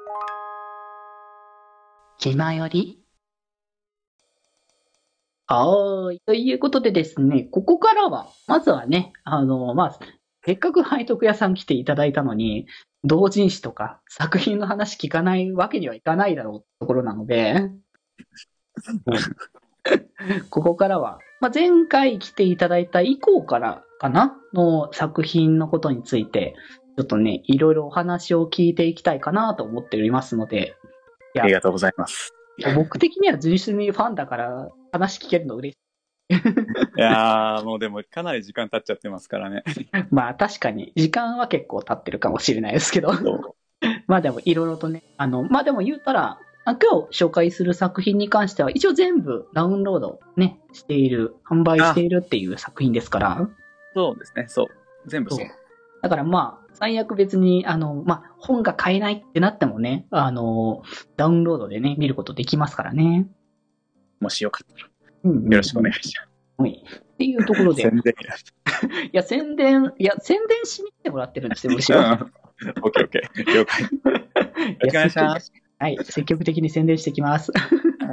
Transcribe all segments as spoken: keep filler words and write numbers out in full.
気まより。はーい。ということでですね、ここからは、まずはね、あの、まあ、せっかく背徳屋さん来ていただいたのに、同人誌とか作品の話聞かないわけにはいかないだろうってところなので、ここからは、まあ、前回来ていただいた以降からかなの作品のことについて、ちょっとね、いろいろお話を聞いていきたいかなと思っておりますので、いやありがとうございます。 僕的には純粋にファンだから話聞けるの嬉しい。 いやー、もうでもかなり時間経っちゃってますからね。 まあ確かに、時間は結構経ってるかもしれないですけど。まあでもいろいろとね、あの、まあでも言うたら、あ今日紹介する作品に関しては一応全部ダウンロードね、している、販売しているっていう作品ですから。 そうですね、そう。全部そう。 だからまあ、最悪別に、あの、まあ、本が買えないってなってもね、あの、ダウンロードでね、見ることできますからね。 もしよかったら、 うんうんうん、 よろしくお願いします。 はい。っていうところで。 宣伝いや、宣伝、いや、宣伝しに来てもらってるんですよ、むしろ。 オッケーオッケー。了解。よろしくお願いします。 はい、積極的に宣伝してきます。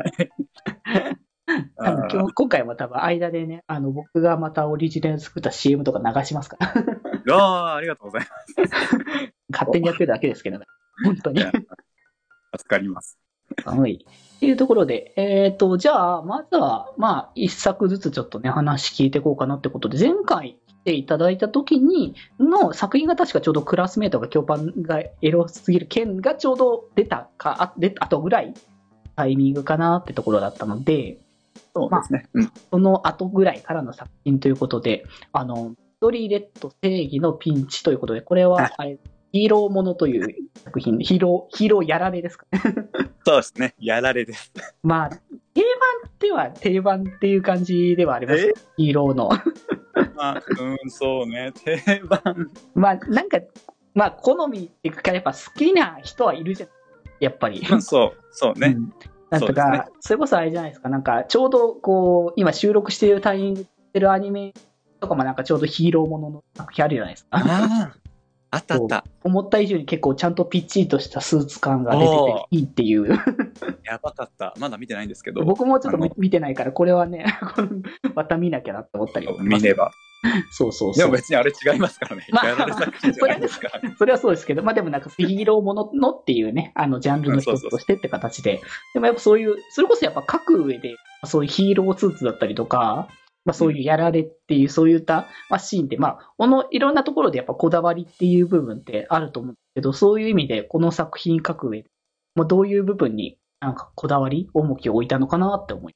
多分今日、今回も多分間でね、あの、僕がまたオリジナル作った シーエム とか流しますから。 ああ、ありがとうございます。 勝手にやってるだけですけどね。本当に。 助かります。 はい。っていうところで、えっと、じゃあ、まずは、まあ、一作ずつちょっとね、話聞いていこうかなってことで、前回来ていただいた時に、の作品が確かちょうどクラスメートが共感がエロすぎる件がちょうど出たか、あ、出た後ぐらいタイミングかなってところだったので、 そうですね。 まあ、うん、その後ぐらいからの作品ということで、あの、ドリーレッド正義のピンチということで、これは、あれ、ヒーローものという作品、ヒーロー、ヒーローやられですかね。 そうですね。やられです。 まあ、定番では定番っていう感じではあります。ヒーローの。 まあ、うん、そうね。定番。 まあ、なんか、まあ、好みっていうか、やっぱ好きな人はいるじゃん。やっぱり。 そう、そうね。うんなんとか、そ, ね、それこそあれじゃないですか、なんか、ちょうど、こう、今収録しているタイミングでるアニメとかもなんかちょうどヒーローものの作品あるじゃないですか。 ああ、あったあった。 思った以上に結構ちゃんとピッチリとしたスーツ感が出てていいっていう。 やばかった。まだ見てないんですけど。 僕もちょっと見てないから、これはね、また見なきゃなって思ったり。 見ねば。 そうそうそう。 でも別にあれ違いますからね。 まあ、 やられ作品じゃないですか。 それはそうですけど、まあでもなんかヒーローもののっていうね、あのジャンルの一つとしてって形で、でもやっぱそういう、それこそやっぱ書く上で、そういうヒーロースーツだったりとか、まあそういうやられっていう、そういった、まあ、シーンって、まあ、このいろんなところでやっぱこだわりっていう部分ってあると思うんですけど、そういう意味でこの作品書く上で、もうどういう部分になんかこだわり、重きを置いたのかなって思って。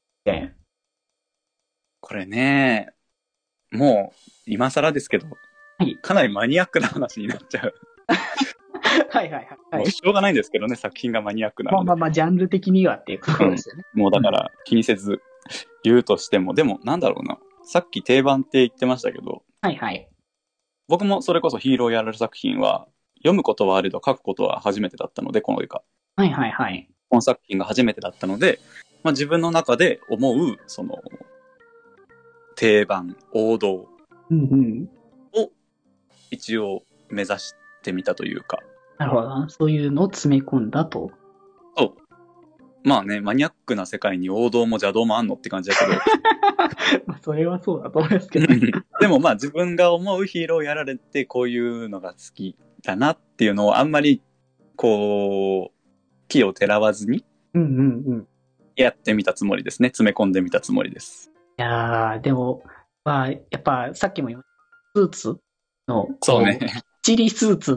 これね、もう今更ですけど、はい、かなりマニアックな話になっちゃう。 はいはいはい、はい。 もうしょうがないんですけどね、作品がマニアックなので。 まあまあまあ、ジャンル的にはっていうことですよね。 うん、もうだから気にせず言うとしても、うん、でもなんだろうな。さっき定番って言ってましたけど、 はいはい。 僕もそれこそヒーローやられる作品は、読むことはあれど書くことは初めてだったので、この絵が。 はいはいはい。 この作品が初めてだったので、まあ、自分の中で思う、その、定番、王道を一応目指してみたというか。 なるほど。そういうのを詰め込んだと。 そう。まあね、マニアックな世界に王道も邪道もあんのって感じだけど。 まあそれはそうだと思いますけど。 でもまあ自分が思うヒーローやられてこういうのが好きだなっていうのをあんまりこう、木をてらわずにやってみたつもりですね。詰め込んでみたつもりです。 いやー、でも、まあ、やっぱさっきも言ったスーツの、 そうね。 チリスーツって、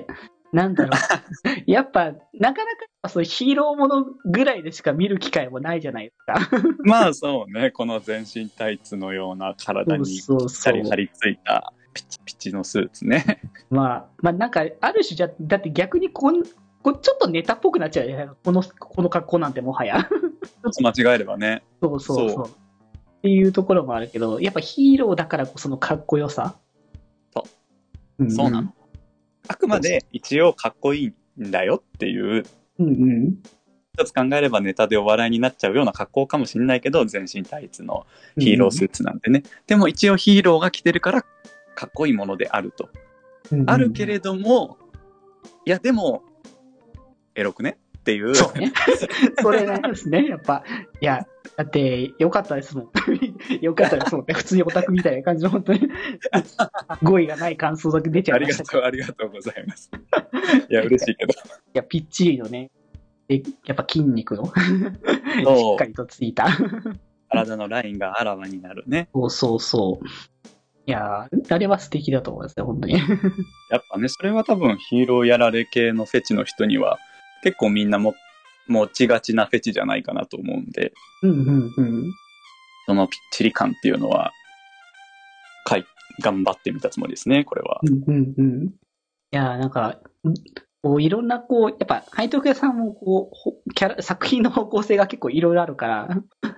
なんだろう。やっぱ、なかなかそうヒーローものぐらいでしか見る機会もないじゃないですか。 まあそうね。この全身タイツのような体にぴったり張り付いたピチピチのスーツね。 まあ、まあなんか、ある種じゃ、だって逆にこん、こちょっとネタっぽくなっちゃうじゃないですか。この、この格好なんてもはや。 一つ間違えればね。 そうそうそう。っていうところもあるけど、やっぱヒーローだからこそのかっこよさ。 そう。うん、そうなの。あくまで一応かっこいいんだよっていう、 うんうん、 一つ考えればネタでお笑いになっちゃうような格好かもしれないけど、全身タイツのヒーロースーツなんてね、うん、でも一応ヒーローが着てるからかっこいいものであると、うんうん、あるけれども、いやでもエロくねっていう。 そうね。それなんですね。やっぱ、いや、だって、よかったですもん。よかったですもんね。普通にオタクみたいな感じの、本当に、語彙がない感想だけ出ちゃいました。 ありがとう、ありがとうございます。いや、嬉しいけど。いや、ぴっちりのね、でやっぱ筋肉のしっかりとついた体のラインがあらわになるね。 そうそうそう。いやー、あれは素敵だと思いますね、本当に。やっぱね、それは多分ヒーローやられ系のフェチの人には、結構みんなも持ちがちなフェチじゃないかなと思うんで。 うんうんうん。 そのぴっちり感っていうのは、かい、頑張ってみたつもりですね、これは。 うんうんうん。いやー、なんか、こういろんなこう、やっぱ、背徳屋さんもこう、キャラ、作品の方向性が結構いろいろあるから。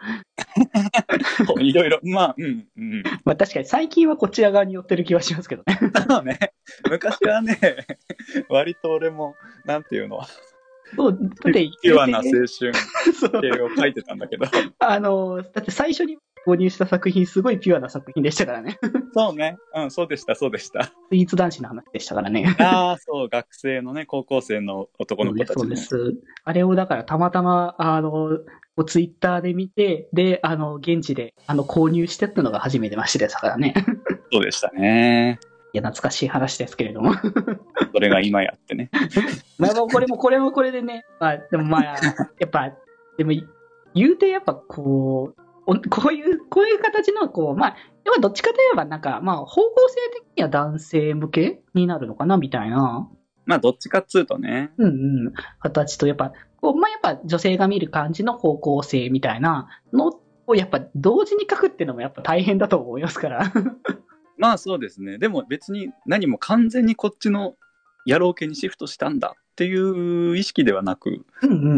いろいろ、まあ、うん、うん。 まあ確かに最近はこちら側に寄ってる気はしますけどね。 そうね。昔はね、割と俺も、なんていうの。 そう、だって、 ピュアな青春系を書いてたんだけど。 あの、だって最初に購入した作品、すごいピュアな作品でしたからね。 そうね。うん、そうでした、そうでした。スイーツ男子の話でしたからね。 ああ、そう、学生のね、高校生の男の子たち、ね。 そうです、そうです。あれをだからたまたま、あの、ツイッターで見て、で、あの、現地で、あの、購入してってのが初めてましてですからね。 そうでしたね。 いや、懐かしい話ですけれども。 それが今やってね。 まあ、これも、これもこれでね、まあ、でもまあ、やっぱ、でも、言うてやっぱこう、こういう、こういう形の、こう、まあ、やっぱどっちかといえば、なんか、まあ、方向性的には男性向けになるのかな、みたいな。 まあ、どっちかっつうとね。 うんうん。形と、やっぱ、こう、まあ、やっぱ女性が見る感じの方向性みたいなのを、やっぱ同時に書くっていうのもやっぱ大変だと思いますから。 まあそうですね。でも別に何も完全にこっちの野郎系にシフトしたんだっていう意識ではなく、 うんうんうん。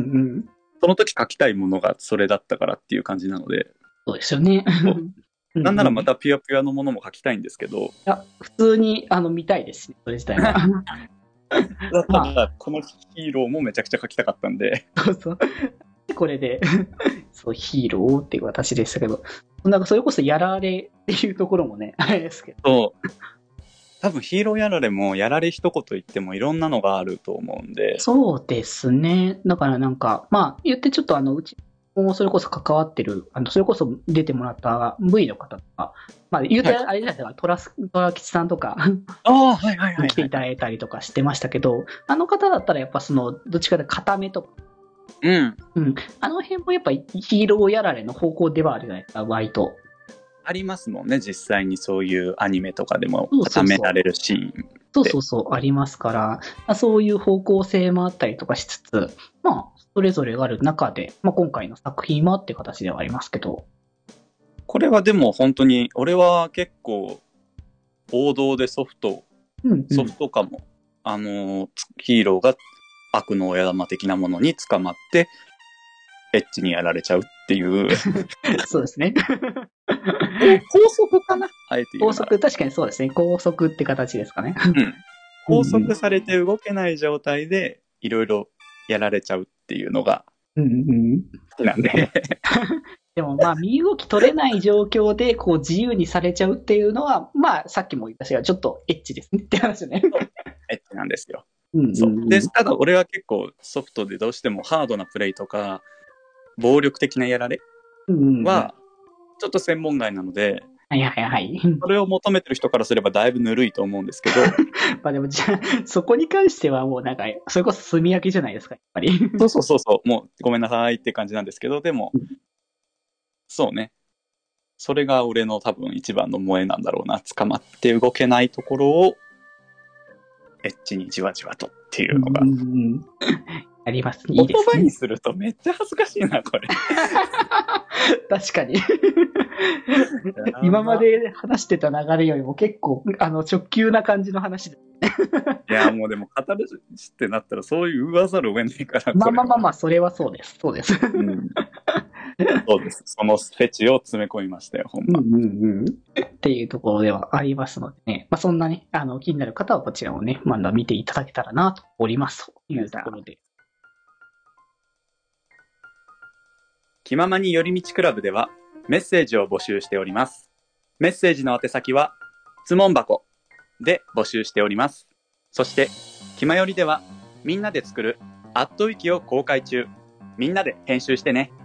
その時書きたいものがそれだったからっていう感じなので。 そうですよね。 なんならまたピュアピュアのものも書きたいんですけど。いや、普通にあの見たいですね、それ自体は。 だから、このヒーローもめちゃくちゃ書きたかったんで。 そうそう。これで、そう、ヒーローっていう私でしたけど、なんかそれこそやられっていうところもね、あれですけど。 そう。多分ヒーローやられもやられ一言言ってもいろんなのがあると思うんで。 そうですね。だからなんか、まあ言ってちょっとあの、うちもそれこそ関わってる、あの、それこそ出てもらった ブイ の方とか、まあ言うてあれじゃないですか、トラス、トラキチさんとか、 ああ、はいはいはい。 来ていただいたりとかしてましたけど、あの方だったらやっぱその、どっちかで固めとか、 うん。 うん。あの辺もやっぱヒーローやられの方向ではあるじゃないですか、割と。 ありますもんね、実際にそういうアニメとかでも固められるシーン。 そうそうそう、ありますから、まあ、そういう方向性もあったりとかしつつ、まあ、それぞれがある中で、まあ、今回の作品もっていう形ではありますけど。 これはでも本当に、俺は結構、王道でソフト、うんうん、ソフトかも。あの、ヒーローが悪の親玉的なものに捕まって、エッチにやられちゃうっていう。 そうですね。 高速かなあえて言うなら。 高速、確かにそうですね。高速って形ですかね。 うん。高速されて動けない状態で、いろいろやられちゃうっていうのが、好きなんで。 でもまあ、身動き取れない状況で、こう、自由にされちゃうっていうのは、まあ、さっきも言ったしが、ちょっとエッチですねって話ね。 エッチなんですよ。 うんうんうん、 そうで、ただ俺は結構ソフトでどうしてもハードなプレイとか、暴力的なやられは、ちょっと専門外なので、 はいはいはい。 それを求めてる人からすればだいぶぬるいと思うんですけど。 まあでもじゃあ、そこに関してはもうなんか、それこそ炭焼きじゃないですか、やっぱり。 そうそうそうそう、もうごめんなさいって感じなんですけど、でも、そうね。それが俺の多分一番の萌えなんだろうな。捕まって動けないところを、エッチにじわじわとっていうのが。うんうん、 あります。いいですね。 言葉にするとめっちゃ恥ずかしいな、これ。 確かに。今まで話してた流れよりも結構、あの、直球な感じの話で。 いや、もうでも語るってなったらそういう言わざるを得ないから。 まあまあまあまあ、それはそうです。そうです。うん、そうです。そのフェチを詰め込みましたよ、ほんま。 うんうんうん。っていうところではありますのでね。まあそんなね、あの、気になる方はこちらをね、まだ見ていただけたらなとおりますというところで。 気ままに寄り道クラブではメッセージを募集しております。メッセージの宛先は質問箱で募集しております。そして気まよりではみんなで作るアットウィキを公開中。みんなで編集してね。